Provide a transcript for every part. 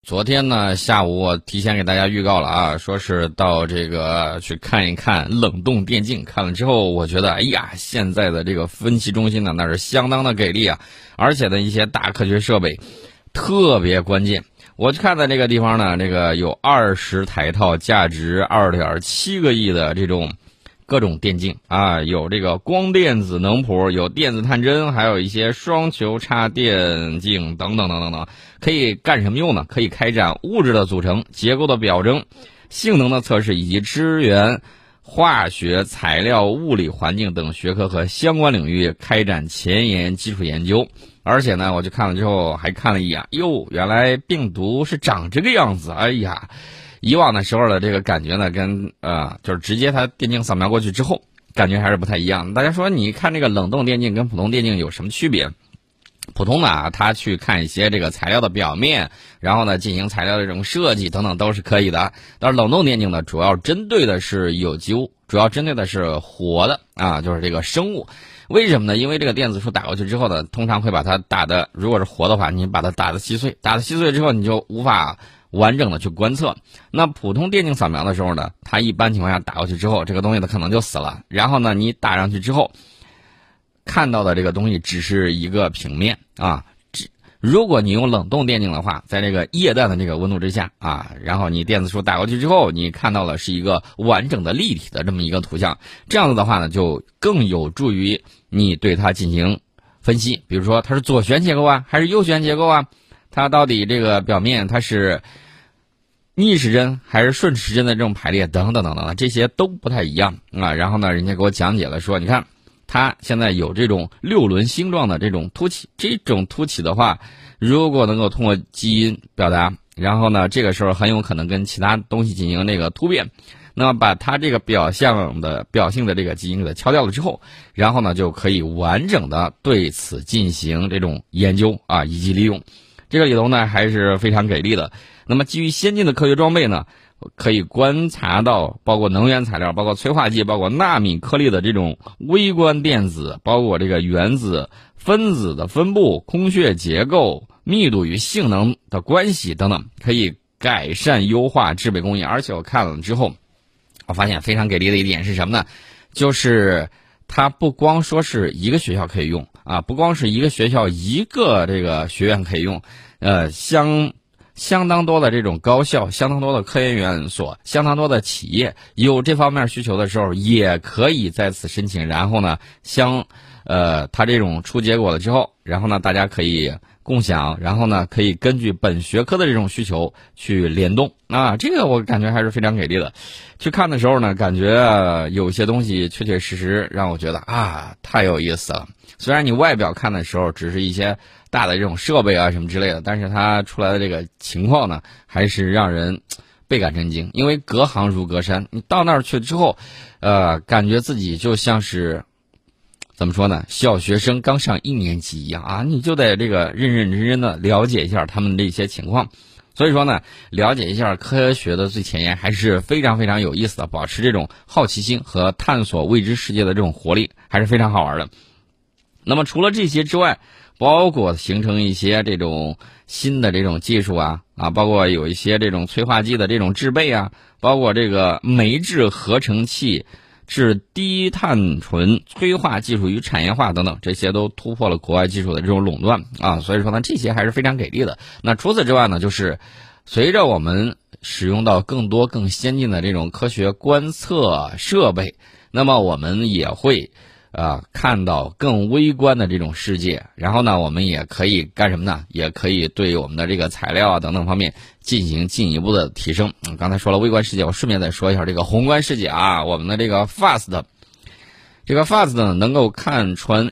昨天呢下午我提前给大家预告了啊，说是到这个去看一看冷冻电竞，看了之后我觉得哎呀，现在的这个分析中心呢那是相当的给力啊，而且呢一些大科学设备特别关键。我去看的这个地方呢，这个有20台套价值2.7个亿的这种各种电竞啊，有这个光电子能谱，有电子探针，还有一些双球插电竞等等等等等，可以干什么用呢？可以开展物质的组成、结构的表征、性能的测试，以及支援化学、材料、物理环境等学科和相关领域开展前沿基础研究。而且呢，我去看了之后还看了一眼，哟，原来病毒是长这个样子，哎呀。以往的时候的这个感觉呢，跟就是直接它电竞扫描过去之后，感觉还是不太一样。大家说，你看这个冷冻电竞跟普通电竞有什么区别？普通的啊，它去看一些这个材料的表面，然后呢进行材料的这种设计等等都是可以的。但是冷冻电竞呢，主要针对的是有机物，主要针对的是活的啊，就是这个生物。为什么呢？因为这个电子束打过去之后呢，通常会把它打的，如果是活的话，你把它打得稀碎，打得稀碎之后，你就无法完整的去观测。那普通电竞扫描的时候呢，它一般情况下打过去之后，这个东西它可能就死了。然后呢，你打上去之后，看到的这个东西只是一个平面啊。如果你用冷冻电竞的话，在这个液氮的这个温度之下啊，然后你电子束打过去之后，你看到的是一个完整的立体的这么一个图像。这样子的话呢，就更有助于你对它进行分析。比如说它是左旋结构啊，还是右旋结构啊？它到底这个表面它是逆时针还是顺时针的这种排列等等等等，这些都不太一样啊。然后呢，人家给我讲解了说，你看它现在有这种6轮星状的这种凸起，这种凸起的话，如果能够通过基因表达，然后呢，这个时候很有可能跟其他东西进行那个突变，那么把它这个表性的这个基因给它敲掉了之后，然后呢就可以完整的对此进行这种研究啊以及利用。这个里头呢还是非常给力的。那么基于先进的科学装备呢，可以观察到包括能源材料、包括催化剂、包括纳米颗粒的这种微观电子，包括这个原子、分子的分布、空穴结构、密度与性能的关系等等，可以改善优化制备工艺。而且我看了之后，我发现非常给力的一点是什么呢？就是它不光说是一个学校可以用啊，不光是一个学校一个这个学院可以用，相当多的这种高校，相当多的科研院所，相当多的企业有这方面需求的时候，也可以在此申请。然后呢，它这种出结果了之后，然后呢，大家可以共享，然后呢，可以根据本学科的这种需求去联动啊。这个我感觉还是非常给力的。去看的时候呢，感觉有些东西确确实实让我觉得啊，太有意思了。虽然你外表看的时候只是一些大的这种设备啊什么之类的，但是它出来的这个情况呢，还是让人倍感震惊。因为隔行如隔山，你到那儿去之后，感觉自己就像是怎么说呢，小学生刚上1年级一样啊，你就得这个认认真真的了解一下他们的一些情况。所以说呢，了解一下科学的最前沿还是非常非常有意思的，保持这种好奇心和探索未知世界的这种活力，还是非常好玩的。那么除了这些之外，包括形成一些这种新的这种技术啊，包括有一些这种催化剂的这种制备啊，包括这个酶制合成器至低碳醇催化技术与产业化等等，这些都突破了国外技术的这种垄断啊。所以说呢，这些还是非常给力的。那除此之外呢，就是随着我们使用到更多更先进的这种科学观测设备，那么我们也会看到更微观的这种世界，然后呢，我们也可以干什么呢？也可以对我们的这个材料啊等等方面进行进一步的提升。刚才说了微观世界，我顺便再说一下这个宏观世界啊。我们的这个 FAST， 这个 FAST 呢能够看穿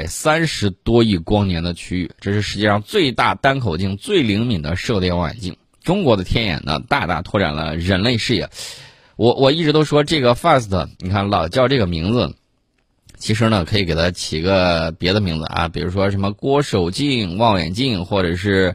130多亿光年的区域，这是世界上最大单口径、最灵敏的射电望远镜。中国的天眼呢，大大拓展了人类视野。我一直都说这个 FAST， 你看老叫这个名字。其实呢，可以给它起个别的名字啊，比如说什么郭守敬望远镜，或者是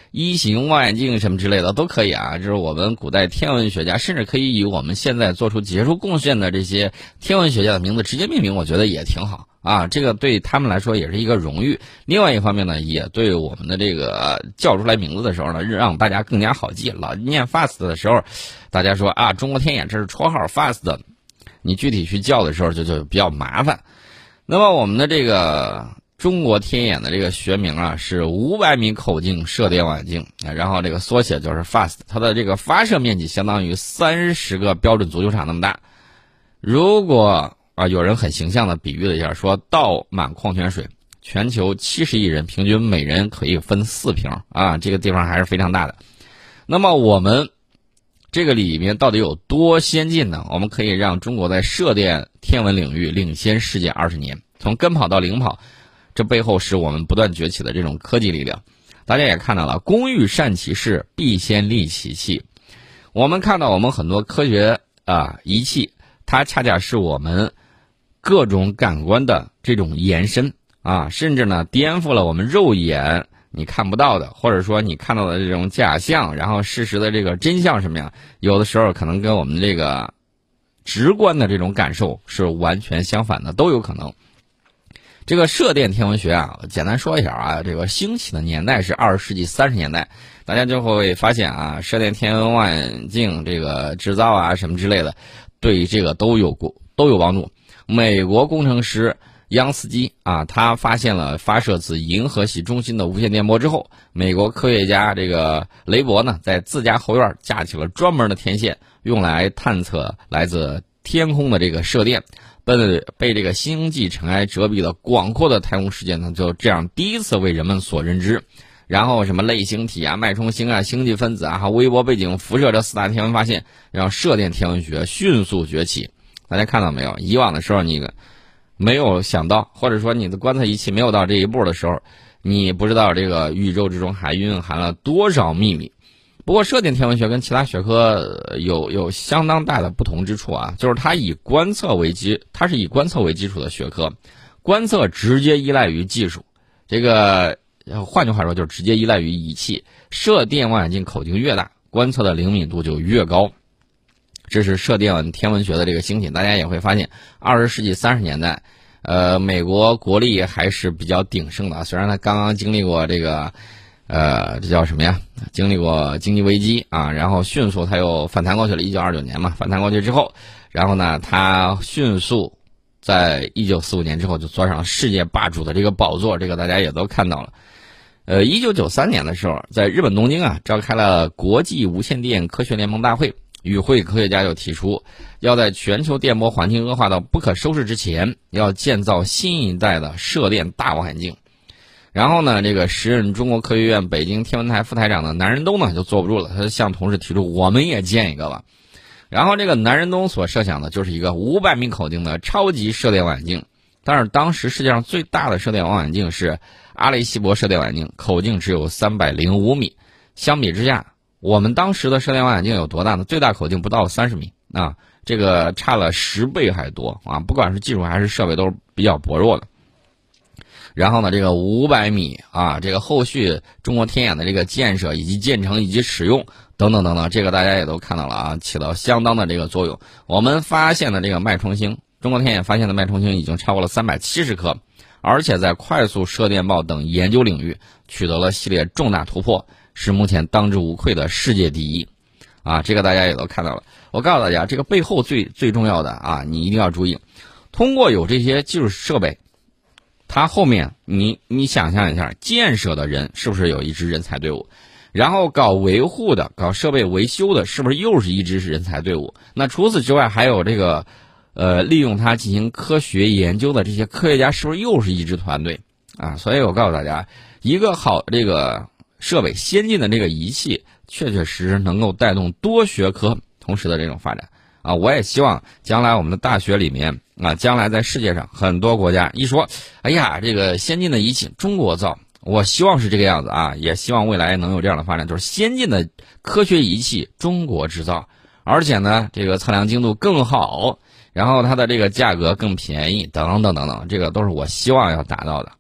一形望远镜什么之类的都可以啊。这是我们古代天文学家，甚至可以以我们现在做出杰出贡献的这些天文学家的名字直接命名，我觉得也挺好啊。这个对他们来说也是一个荣誉。另外一方面呢，也对我们的这个叫出来名字的时候呢，让大家更加好记。老念 FAST 的时候，大家说啊，中国天眼这是绰号 FAST， 你具体去叫的时候就比较麻烦。那么我们的这个中国天眼的这个学名啊是500米口径射电望远镜，然后这个缩写就是 FAST， 它的这个发射面积相当于30个标准足球场那么大。如果有人很形象的比喻了一下，说倒满矿泉水，全球70亿人平均每人可以分4瓶啊，这个地方还是非常大的。那么我们这个里面到底有多先进呢？我们可以让中国在射电天文领域领先世界20年，从跟跑到领跑，这背后是我们不断崛起的这种科技力量。大家也看到了，工欲善其事，必先利其器。我们看到我们很多科学仪器，它恰恰是我们各种感官的这种延伸啊，甚至呢颠覆了我们肉眼你看不到的，或者说你看到的这种假象，然后事实的这个真相什么样，有的时候可能跟我们这个直观的这种感受是完全相反的，都有可能。这个射电天文学啊，简单说一下啊，这个兴起的年代是20世纪30年代，大家就会发现啊，射电天文望远镜这个制造啊什么之类的，对这个都有帮助。美国工程师央斯基啊，他发现了发射自银河系中心的无线电波之后，美国科学家这个雷伯呢，在自家后院架起了专门的天线，用来探测来自天空的这个射电。被这个星际尘埃遮蔽的广阔的太空世界呢，就这样第一次为人们所认知。然后什么类星体啊、脉冲星啊、星际分子啊、微波背景辐射这4大天文发现，让射电天文学迅速崛起。大家看到没有？以往的时候你没有想到，或者说你的观测仪器没有到这一步的时候，你不知道这个宇宙之中还蕴含了多少秘密。不过射电天文学跟其他学科有相当大的不同之处啊，就是它是以观测为基础的学科，观测直接依赖于技术，这个换句话说就是直接依赖于仪器。射电望远镜口径越大，观测的灵敏度就越高。这是射电天文学的这个兴起。大家也会发现20世纪30年代美国国力还是比较鼎盛的，虽然它刚刚经历过这个这叫什么呀？经历过经济危机啊，然后迅速它又反弹过去了。1929年嘛，反弹过去之后，然后呢，它迅速在1945年之后就坐上世界霸主的这个宝座，这个大家也都看到了。1993年的时候，在日本东京啊，召开了国际无线电科学联盟大会，与会科学家就提出，要在全球电波环境恶化到不可收拾之前，要建造新一代的射电大望远镜。然后呢，这个时任中国科学院北京天文台副台长的南仁东呢就坐不住了，他向同事提出，我们也建一个吧。然后这个南仁东所设想的就是一个500米口径的超级射电望远镜，但是当时世界上最大的射电望远镜是阿雷西博射电望远镜，口径只有305米。相比之下，我们当时的射电望远镜有多大呢？最大口径不到30米啊，这个差了10倍还多啊！不管是技术还是设备都是比较薄弱的。然后呢，这个500米啊，这个后续中国天眼的这个建设以及建成以及使用等等等等，这个大家也都看到了啊，起到相当的这个作用。我们发现的这个脉冲星，中国天眼发现的脉冲星已经超过了370颗，而且在快速射电暴等研究领域取得了系列重大突破，是目前当之无愧的世界第一啊！这个大家也都看到了。我告诉大家，这个背后最重要的啊，你一定要注意，通过有这些技术设备，它后面你想象一下，建设的人是不是有一支人才队伍？然后搞维护的、搞设备维修的，是不是又是一支人才队伍？那除此之外，还有这个利用它进行科学研究的这些科学家，是不是又是一支团队啊？所以我告诉大家，一个好这个设备、先进的这个仪器，确确实实能够带动多学科同时的这种发展啊！我也希望将来我们的大学里面啊，将来在世界上很多国家一说，哎呀，这个先进的仪器中国造，我希望是这个样子啊，也希望未来能有这样的发展，就是先进的科学仪器中国制造，而且呢，这个测量精度更好，然后它的这个价格更便宜，等等等等，这个都是我希望要达到的。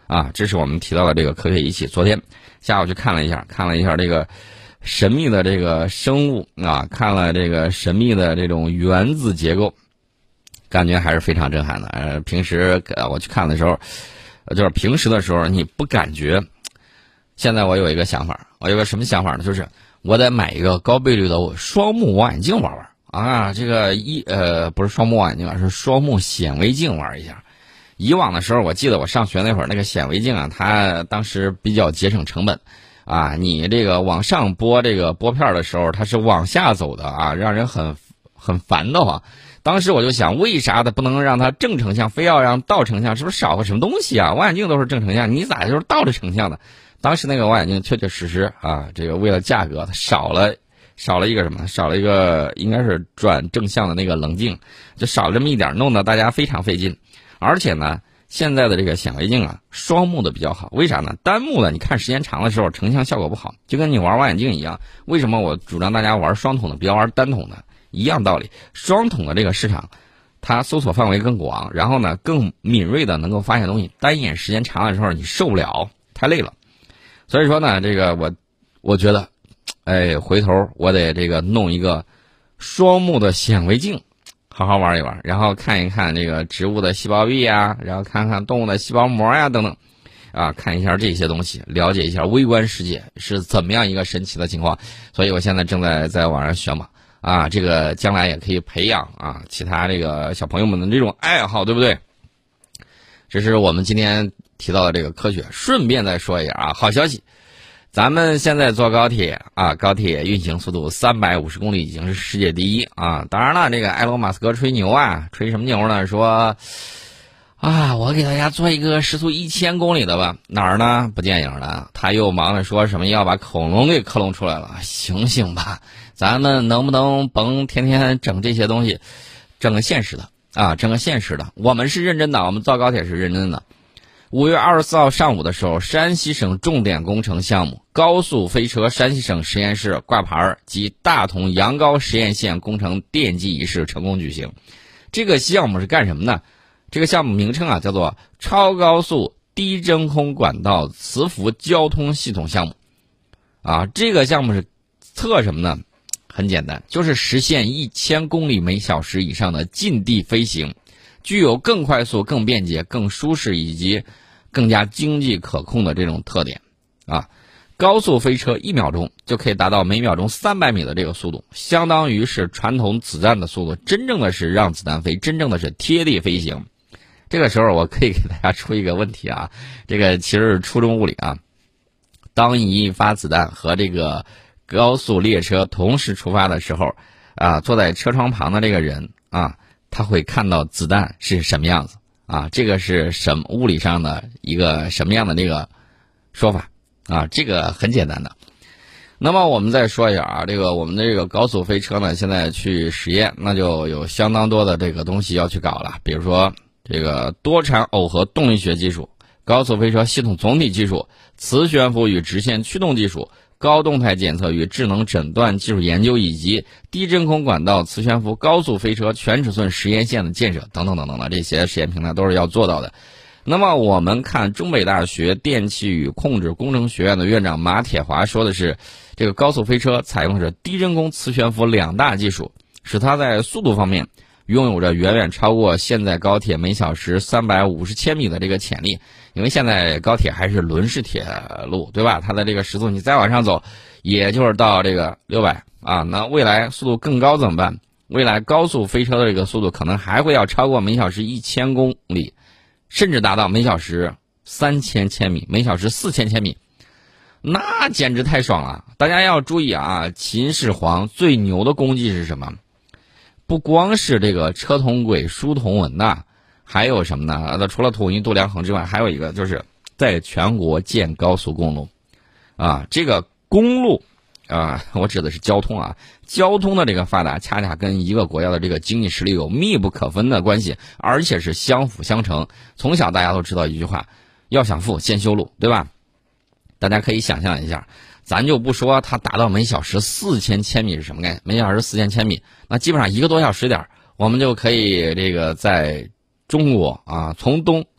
啊，这是我们提到的这个科学仪器。昨天下午去看了一下这个神秘的这个生物啊，看了这个神秘的这种原子结构，感觉还是非常震撼的。平时我去看的时候，就是平时的时候你不感觉。现在我有一个想法，我有个什么想法呢？就是我得买一个高倍率的双目望远镜玩玩啊，这个不是双目望远镜，是双目显微镜玩一下。以往的时候，我记得我上学那会儿，那个显微镜啊，它当时比较节省成本，啊，你这个往上拨这个拨片的时候，它是往下走的啊，让人很烦的慌。当时我就想，为啥它不能让它正成像，非要让倒成像？是不是少个什么东西啊？望远镜都是正成像，你咋就是倒着成像的？当时那个望远镜确确实实啊，这个为了价格，它少了一个什么？少了一个应该是转正向的那个棱镜，就少了这么一点，弄得大家非常费劲。而且呢，现在的这个显微镜啊，双目的比较好，为啥呢？单目的你看时间长的时候成像效果不好，就跟你玩望远镜一样。为什么我主张大家玩双筒的，不要玩单筒的？一样道理，双筒的这个市场，它搜索范围更广，然后呢更敏锐的能够发现东西。单眼时间长的时候你受不了，太累了。所以说呢，这个我觉得，回头我得这个弄一个双目的显微镜。好好玩一玩，然后看一看这个植物的细胞壁啊，然后看看动物的细胞膜呀等等，啊，看一下这些东西，了解一下微观世界是怎么样一个神奇的情况。所以我现在正在网上学嘛，啊，这个将来也可以培养啊其他这个小朋友们的这种爱好，对不对？这是我们今天提到的这个科学。顺便再说一下啊，好消息。咱们现在坐高铁啊，高铁运行速度350公里已经是世界第一啊！当然了，这个埃隆·马斯克吹牛啊，吹什么牛呢？说啊，我给大家做一个时速1000公里的吧，哪儿呢？不见影了。他又忙着说什么要把恐龙给克隆出来了，醒醒吧！咱们能不能甭天天整这些东西，整个现实的啊，整个现实的。我们是认真的，我们造高铁是认真的。5月24号上午的时候，山西省重点工程项目高速飞车山西省实验室挂牌及大同阳高实验线工程奠基仪式成功举行。这个项目是干什么呢？这个项目名称啊叫做超高速低真空管道磁浮交通系统项目。啊，这个项目是测什么呢？很简单，就是实现1000公里每小时以上的近地飞行。具有更快速、更便捷、更舒适以及更加经济可控的这种特点啊！高速飞车1秒钟就可以达到每秒钟300米的这个速度，相当于是传统子弹的速度，真正的是让子弹飞，真正的是贴地飞行。这个时候我可以给大家出一个问题啊，这个其实是初中物理啊。当一发子弹和这个高速列车同时出发的时候啊，坐在车窗旁的这个人啊，他会看到子弹是什么样子啊？这个是什么物理上的一个什么样的这个说法啊？这个很简单的。那么我们再说一下啊，这个我们的这个高速飞车呢，现在去实验，那就有相当多的这个东西要去搞了。比如说这个多产耦合动力学技术、高速飞车系统总体技术、磁悬浮与直线驱动技术、高动态检测与智能诊断技术研究，以及低真空管道磁悬浮高速飞车全尺寸实验线的建设等等等等的这些实验平台都是要做到的。那么我们看中北大学电气与控制工程学院的院长马铁华说的是，这个高速飞车采用的是低真空磁悬浮2大技术，使它在速度方面拥有着远远超过现在高铁每小时350千米的这个潜力。因为现在高铁还是轮式铁路，对吧？它的这个时速你再往上走，也就是到这个600啊。那未来速度更高怎么办？未来高速飞车的这个速度可能还会要超过每小时1000公里，甚至达到每小时3000千米，每小时4000千米，那简直太爽了！大家要注意啊，秦始皇最牛的功绩是什么？不光是这个车同轨、书同文呐。还有什么呢？除了统一度量衡之外，还有一个就是在全国建高速公路，啊，这个公路啊，我指的是交通啊，交通的这个发达，恰恰跟一个国家的这个经济实力有密不可分的关系，而且是相辅相成。从小大家都知道一句话，要想富先修路，对吧？大家可以想象一下，咱就不说它达到每小时4000千米是什么概念，每小时4000千米，那基本上1个多小时点，我们就可以这个在中国啊，从东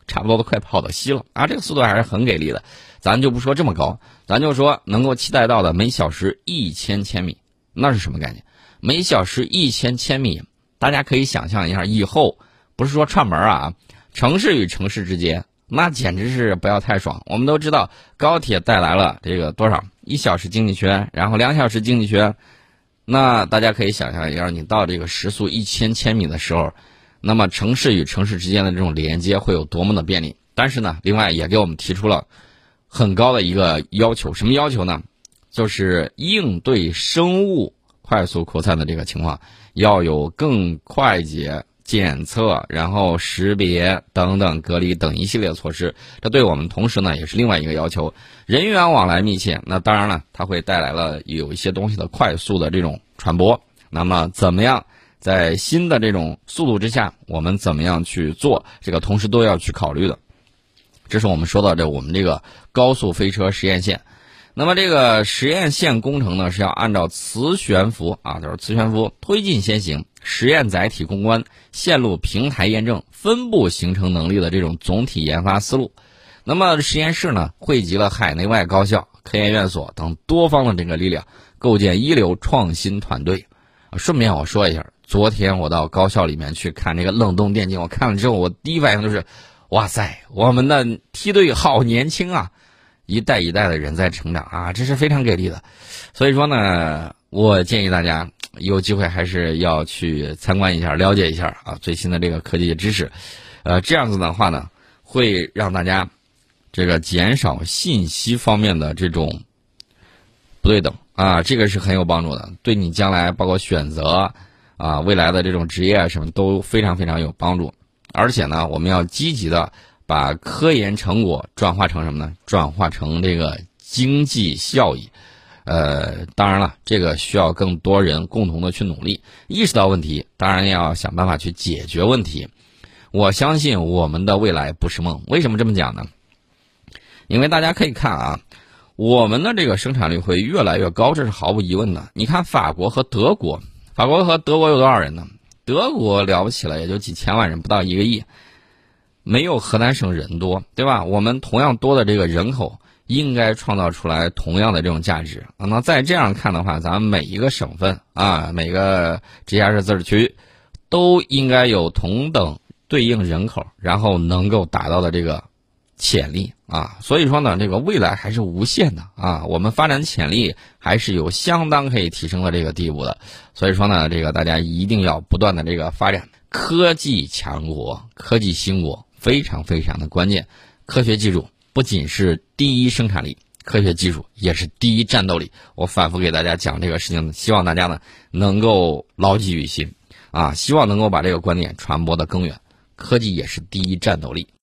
差不多都快跑到西了啊，这个速度还是很给力的。咱就不说这么高，咱就说能够期待到的每小时1000千米，那是什么概念？每小时1000千米，大家可以想象一下，以后不是说串门啊，城市与城市之间，那简直是不要太爽。我们都知道高铁带来了这个多少1小时经济圈，然后2小时经济圈，那大家可以想象一下，你到这个时速1000千米的时候，那么城市与城市之间的这种连接会有多么的便利。但是呢，另外也给我们提出了很高的一个要求，什么要求呢？就是应对生物快速扩散的这个情况，要有更快捷检测，然后识别等等隔离等一系列措施。这对我们同时呢也是另外一个要求，人员往来密切，那当然了，它会带来了有一些东西的快速的这种传播。那么怎么样在新的这种速度之下，我们怎么样去做，这个同时都要去考虑的。这是我们说到我们这个高速飞车实验线。那么这个实验线工程呢，是要按照磁悬浮啊，就是磁悬浮推进先行、实验载体攻关、线路平台验证、分布形成能力的这种总体研发思路。那么实验室呢，汇集了海内外高校、科研院所等多方的这个力量，构建一流创新团队。顺便我说一下，昨天我到高校里面去看这个冷冻电竞，我看了之后，我第一反应就是，哇塞，我们的梯队好年轻啊！一代一代的人在成长啊，这是非常给力的。所以说呢，我建议大家有机会还是要去参观一下，了解一下啊最新的这个科技知识。这样子的话呢，会让大家这个减少信息方面的这种不对等啊，这个是很有帮助的，对你将来包括选择啊未来的这种职业什么都非常非常有帮助。而且呢，我们要积极的把科研成果转化成什么呢？转化成这个经济效益。当然了，这个需要更多人共同的去努力，意识到问题，当然要想办法去解决问题。我相信我们的未来不是梦。为什么这么讲呢？因为大家可以看啊，我们的这个生产率会越来越高，这是毫无疑问的。你看法国和德国有多少人呢？德国了不起了，也就几千万人，不到1个亿。没有河南省人多，对吧？我们同样多的这个人口，应该创造出来同样的这种价值。那再这样看的话，咱们每一个省份啊，每个直辖市自治区，都应该有同等对应人口，然后能够达到的这个潜力啊。所以说呢，这个未来还是无限的啊，我们发展潜力还是有相当可以提升的这个地步的。所以说呢，这个大家一定要不断的这个发展科技强国、科技兴国。非常非常的关键，科学技术不仅是第一生产力，科学技术也是第一战斗力。我反复给大家讲这个事情，希望大家呢能够牢记于心啊，希望能够把这个观点传播的更远。科技也是第一战斗力。